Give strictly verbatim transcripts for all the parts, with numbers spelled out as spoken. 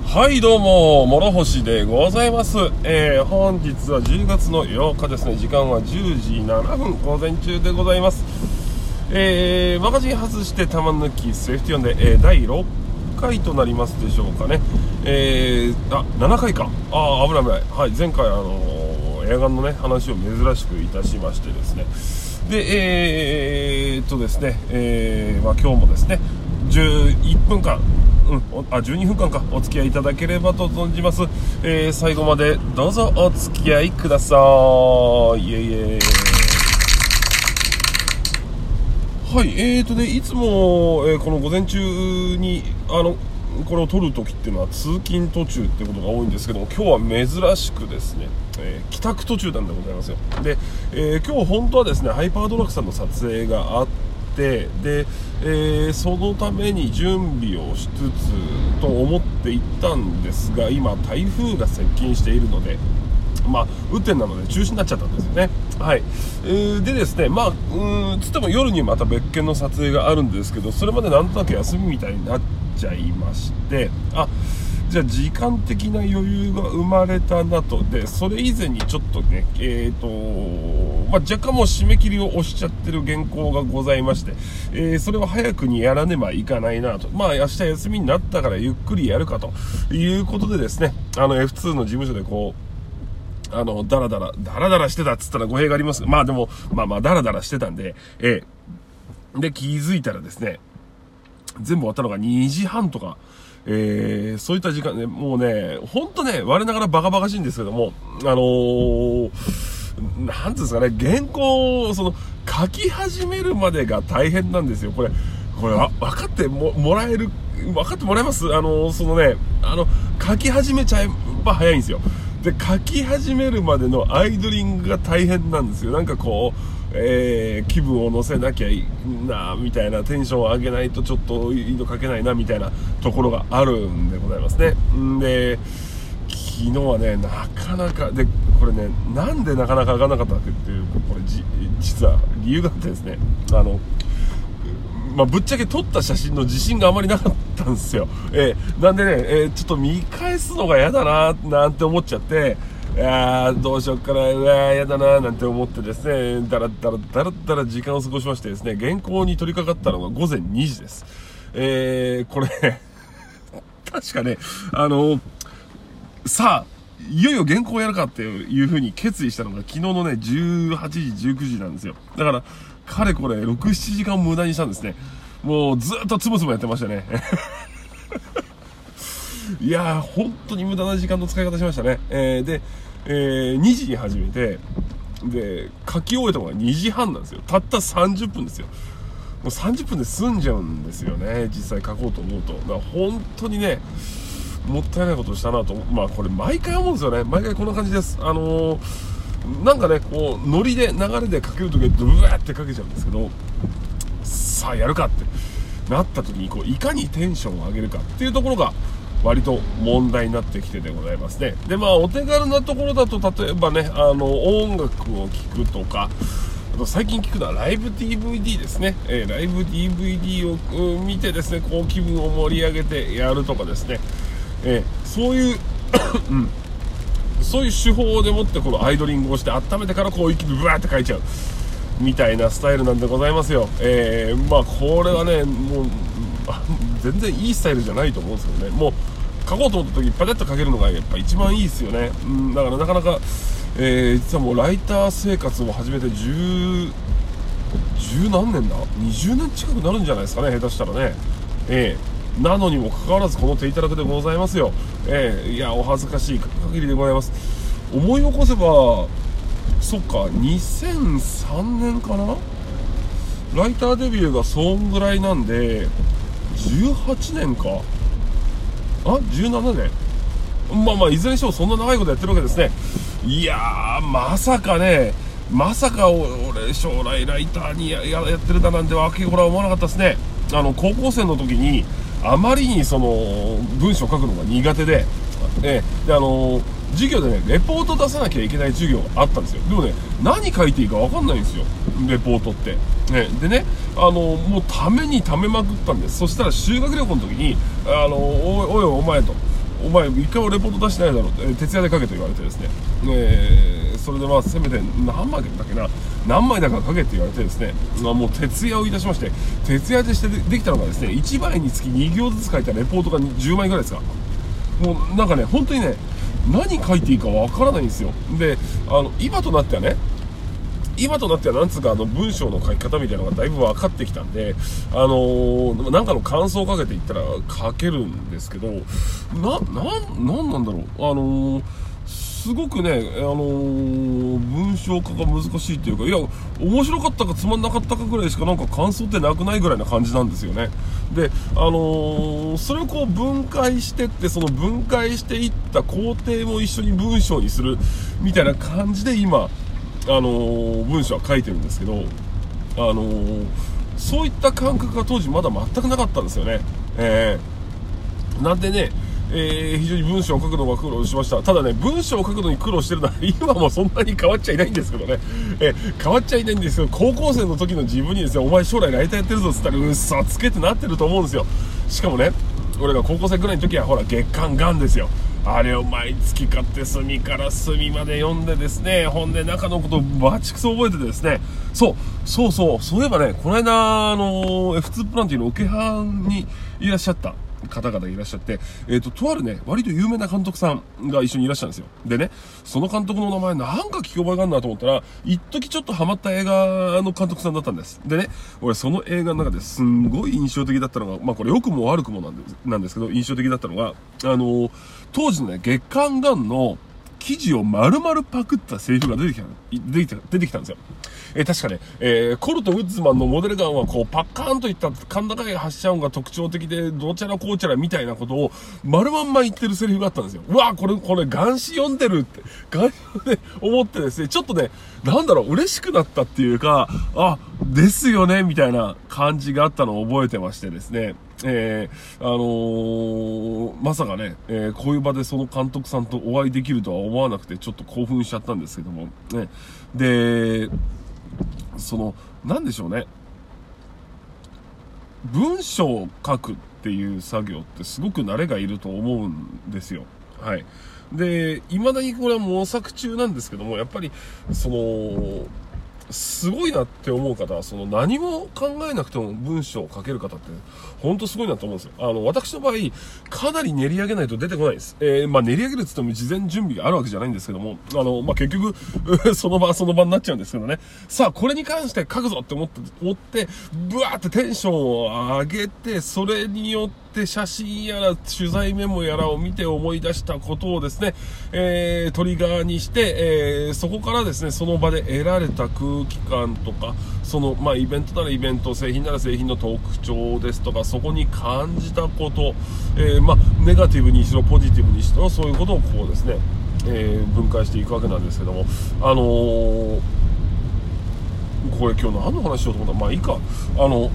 はいどうも諸星でございます。えー、本日はじゅうがつのようかですね。時間はじゅうじななふん、午前中でございます。えー、マガジン外して玉抜きセーフティオンで、えー、だいろっかいとなりますでしょうかね。えー、あななかいか、あー危ない危ない、はい、前回あのー、映画のね話を珍しくいたしましてですね、でえー、っとですね、えーまあ、今日もですねじゅういっぷんかんうん、あじゅうにふんかんかお付き合いいただければと存じます。えー、最後までどうぞお付き合いください。イエイイエイ。はい、えーとねいつも、えー、この午前中にあのこれを撮るときっていうのは通勤途中ってことが多いんですけども、今日は珍しくですね、えー、帰宅途中なんでございますよ。で、えー、今日本当はですねハイパードラッグさんの撮影があってで、えー、そのために準備をしつつと思って行ったんですが、今台風が接近しているので、まあ雨天なので中止になっちゃったんですよね。はい、えー、でですねまあうーんつっても夜にまた別件の撮影があるんですけど、それまでなんとなく休みみたいになっちゃいまして、あじゃあ時間的な余裕が生まれたなと。でそれ以前にちょっとねえーと、まあ、若干もう締め切りを押しちゃってる原稿がございまして、えー、それを早くにやらねばいかないなと。まあ明日休みになったからゆっくりやるかということでですね、あの エフツー の事務所でこうあのダラダラダラダラしてたっつったら語弊があります。まあでもまあまあダラダラしてたんで、えー、で気づいたらですね全部終わったのがにじはんとか、えー、そういった時間ね、もうね、ほんとね、我ながらバカバカしいんですけども、あのー、なんていうんですかね、原稿を、その、書き始めるまでが大変なんですよ。これ、これ、わ、分かっても、もらえる、分かってもらえます？あのー、そのね、あの、書き始めちゃえば早いんですよ。で、書き始めるまでのアイドリングが大変なんですよ。なんかこう、えー、気分を乗せなきゃいいなみたいな、テンションを上げないとちょっといいの書けないなみたいなところがあるんでございますね。んで昨日はねなかなかで、これねなんでなかなか上がらなかったかっていう、これじ実は理由があってですね、あのまあ、ぶっちゃけ撮った写真の自信があまりなかったんですよ。えー、なんでね、えー、ちょっと見返すのが嫌だななんて思っちゃって、いやーどうしよっかな、うわーやだななんて思ってですね、だらだらだらだら時間を過ごしましてですね、原稿に取り掛かったのがごぜんにじです。えー、これ確かねあのさあいよいよ原稿をやるかっていう風に決意したのが昨日のねじゅうはちじじゅうくじなんですよ。だからかれこれろく、ななじかん無駄にしたんですね。もうずっとつむつむやってましたねいやー本当に無駄な時間の使い方しましたね。えー、で、えー、にじに始めて、で書き終えたのがにじはんなんですよ。たったさんじゅっぷんですよ。もうさんじゅっぷんで済んじゃうんですよね、実際書こうと思うと。だから本当にねもったいないことをしたなと。まあこれ毎回思うんですよね。毎回こんな感じです。あのー、なんかねこうノリで流れで書けるときはドゥワーって書けちゃうんですけど、さあやるかってなった時にこういかにテンションを上げるかっていうところが割と問題になってきてでございますね。でまあお手軽なところだと、例えばねあの音楽を聴くとか、あと最近聞くのはライブ ディーブイディー ですね。えー、ライブ ディーブイディー を、うん、見てですねこう気分を盛り上げてやるとかですね、えー、そういう、うん、そういう手法でもってこのアイドリングをして温めてからこう一気にブワーって書いちゃうみたいなスタイルなんでございますよ。えー、まあこれはねもう全然いいスタイルじゃないと思うんですけどね、もう書こうと思った時パテッと書けるのがやっぱ一番いいですよね。うん、だからなかなか、えー、実はもうライター生活を始めて十十何年だにじゅうねん近くなるんじゃないですかね、下手したらね。えー、なのにもかかわらずこの手いただくでございますよ。えー、いやお恥ずかしい限りでございます。思い起こせばそっかにせんさんねんかな、ライターデビューがそんぐらいなんでじゅうはちねんか、あじゅうななねん、まあまあいずれにしてもそんな長いことやってるわけですね。いやーまさかねまさか俺将来ライターに や, やってるだなんてわけほら思わなかったですね。あの高校生の時にあまりにその文章を書くのが苦手で、えー、であのー授業でねレポート出さなきゃいけない授業があったんですよ。でもね何書いていいか分かんないんですよレポートって、ね、でねあのもうためにためまくったんです。そしたら修学旅行の時にあのおいおいお前とお前一回もレポート出してないだろうって、徹夜で書けと言われてですね、えー、それでまあせめて何枚だっけな、何枚だか書けって言われてですね、まあ、もう徹夜をいたしまして、徹夜でしてできたのがですね、いちまいにつきに行ずつ書いたレポートがじゅうまいぐらいですか。もうなんかね、本当にね、何書いていいかわからないんですよ。で、あの今となってはね、今となってはなんつうか、あの文章の書き方みたいなのがだいぶ分かってきたんで、あのー、なんかの感想をかけていったら書けるんですけど、な、な、なんなんだろう、あのー、すごくね、あのー、文章化が難しいっていうか、いや、面白かったかつまんなかったかぐらいしかなんか感想ってなくないぐらいな感じなんですよね。で、あのー、それをこう分解してって、その分解していった工程も一緒に文章にするみたいな感じで今、あのー、文章は書いてるんですけど、あのー、そういった感覚が当時まだ全くなかったんですよね。えー、なんでね、えー、非常に文章を書くのが苦労しました。ただね、文章を書くのに苦労してるのは今もそんなに変わっちゃいないんですけどね、えー、変わっちゃいないんですけど、高校生の時の自分にですね、お前将来ライターやってるぞっつったらうっそつけってなってると思うんですよ。しかもね、俺が高校生くらいの時はほら月刊ガンですよ。あれを毎月買って隅から隅まで読んでですね、本で中のことをバチクソ覚えててですね、そうそうそうそういえばね、この間あの エフツー プランっていうの桶藩にいらっしゃった方々いらっしゃって、えっと、とあるね、割と有名な監督さんが一緒にいらっしゃるんですよ。でね、その監督の名前なんか聞き覚えがあるなと思ったら、一時ちょっとハマった映画の監督さんだったんです。でね、俺その映画の中ですんごい印象的だったのが、まあこれ良くも悪くもなんです、なんですけど、印象的だったのが、あの、当時のね、月刊ガンの記事を丸々パクったセリフが出てきた、出てきた、出てきたんですよ。えー、確かね、えー、コルト・ウッズマンのモデルガンはこうパッカーンといった甲高い発射音が特徴的で、どちゃらこうちゃらみたいなことを丸まんま言ってるセリフがあったんですよ。うわー、これ、これ、ガン誌読んでるって、ガン誌で思ってですね、ちょっとね、なんだろう、嬉しくなったっていうか、あ、ですよね、みたいな感じがあったのを覚えてましてですね、えー、あのー、まさかね、えー、こういう場でその監督さんとお会いできるとは思わなくて、ちょっと興奮しちゃったんですけども、ね。で、その、なんでしょうね。文章を書くっていう作業ってすごく慣れがいると思うんですよ。はい。で、未だにこれは模索中なんですけども、やっぱり、その、すごいなって思う方は、その何も考えなくても文章を書ける方って、本当すごいなと思うんですよ。あの、私の場合、かなり練り上げないと出てこないです。えー、まあ練り上げるって言っても事前準備があるわけじゃないんですけども、あの、まあ結局、その場その場になっちゃうんですけどね。さあ、これに関して書くぞって思って、思って、ブワーってテンションを上げて、それによって、で写真やら取材メモやらを見て思い出したことをですね、えー、トリガーにして、えー、そこからですね、その場で得られた空気感とか、その、まあ、イベントならイベント、製品なら製品の特徴ですとか、そこに感じたこと、えー、まあ、ネガティブにしろポジティブにしろ、そういうことをこうですね、えー、分解していくわけなんですけども、あのー、これ今日何の話しようと思ったら、まあいいか、あの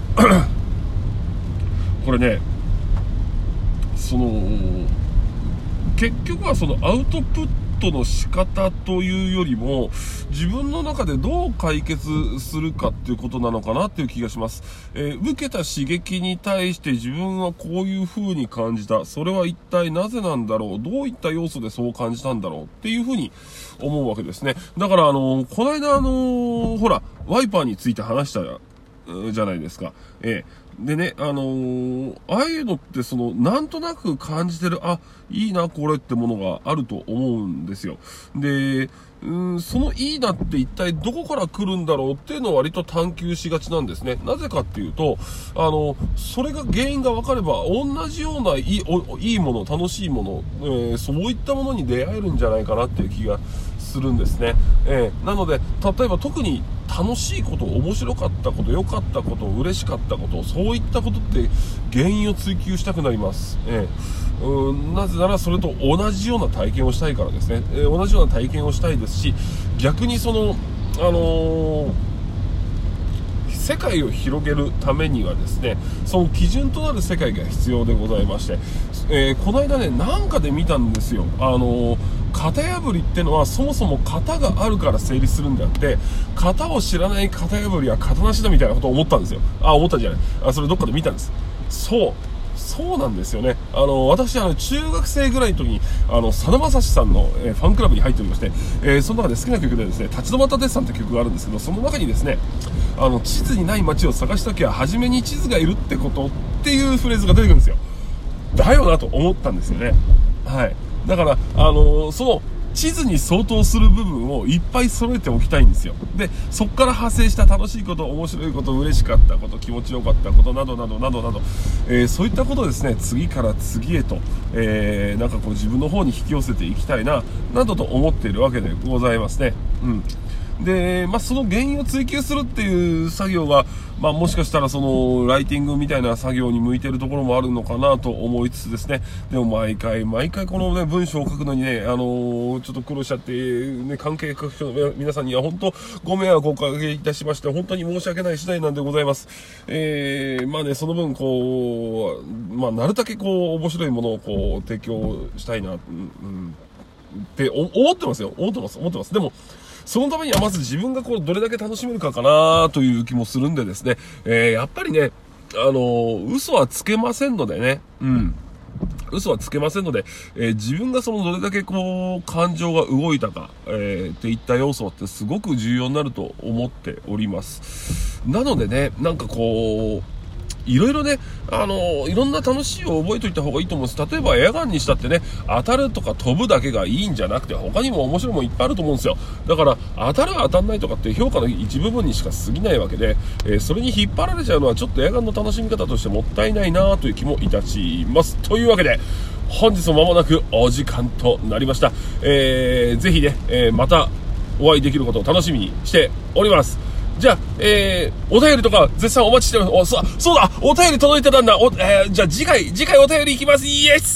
これね、その結局はそのアウトプットの仕方というよりも、自分の中でどう解決するかっていうことなのかなっていう気がします。えー、受けた刺激に対して自分はこういう風に感じた。それは一体なぜなんだろう。どういった要素でそう感じたんだろうっていう風に思うわけですね。だからあのー、この間あのー、ほら、ワイパーについて話したじゃないですか。えーでね、あのー、ああいうのってその、なんとなく感じてる、あ、いいな、これってものがあると思うんですよ。で、うん、そのいいなって一体どこから来るんだろうっていうのを割と探求しがちなんですね。なぜかっていうと、あの、それが原因が分かれば、同じようないい、おいいもの、楽しいもの、えー、そういったものに出会えるんじゃないかなっていう気がするんですね。えー、なので、例えば特に楽しいこと、面白かったこと、良かったこと、嬉しかったこと、そういったことって原因を追求したくなります。えー、うーんなぜならそれと同じような体験をしたいからですね。えー、同じような体験をしたいですし、逆にその、あのー、世界を広げるためにはですね、その基準となる世界が必要でございまして、えー、この間ね、なんかで見たんですよ。あのー、型破りってのはそもそも型があるから成立するんであって、型を知らない型破りは型なしだみたいなことを思ったんですよ。あ、思ったんじゃない。あ、それどっかで見たんです。そう。 そうなんですよね。あの、私、あの、中学生ぐらいの時に、あの、さだまさしさんの、えー、ファンクラブに入っておりまして、えー、その中で好きな曲でですね、立ち止まったデッサンって曲があるんですけど、その中にですね、あの、地図にない街を探したきゃ、初めに地図がいるってことっていうフレーズが出てくるんですよ。だよなと思ったんですよね。はい。だから、あのー、その、地図に相当する部分をいっぱい揃えておきたいんですよ。で、そこから派生した楽しいこと、面白いこと、嬉しかったこと、気持ちよかったことなどなどなどなど、えー、そういったことをですね、次から次へと、えー、なんかこう自分の方に引き寄せていきたいな、などと思っているわけでございますね。うん。で、まあ、その原因を追求するっていう作業が、まあ、もしかしたらそのライティングみたいな作業に向いているところもあるのかなと思いつつですね、でも毎回毎回このね文章を書くのにね、あのー、ちょっと苦労しちゃってね、関係各所の皆さんには本当ご迷惑をおかけいたしまして本当に申し訳ない次第なんでございます。えー、まあね、その分こう、まあ、なるだけこう面白いものをこう提供したいな、うん、って思ってますよ。思ってます思ってます。でもそのためにはまず自分がこうどれだけ楽しめるかかなという気もするんでですね、えー、やっぱりね、あのー、嘘はつけませんのでね、うん。嘘はつけませんので、えー、自分がそのどれだけこう感情が動いたか、えー、っていった要素ってすごく重要になると思っております。なのでね、なんかこう、いろいろね、あのー、いろんな楽しいを覚えておいた方がいいと思うんです。例えばエアガンにしたってね、当たるとか飛ぶだけがいいんじゃなくて、他にも面白いもんいっぱいあると思うんですよ。だから、当たる当たんないとかって評価の一部分にしか過ぎないわけで、えー、それに引っ張られちゃうのはちょっとエアガンの楽しみ方としてもったいないなという気もいたします。というわけで、本日も間もなくお時間となりました。えー、ぜひね、えー、またお会いできることを楽しみにしております。じゃあ、えー、お便りとか絶賛お待ちしてます。お、そ、そうだ、お便り届いてたんだ。お、えー、じゃあ次回、次回お便りいきます。イエス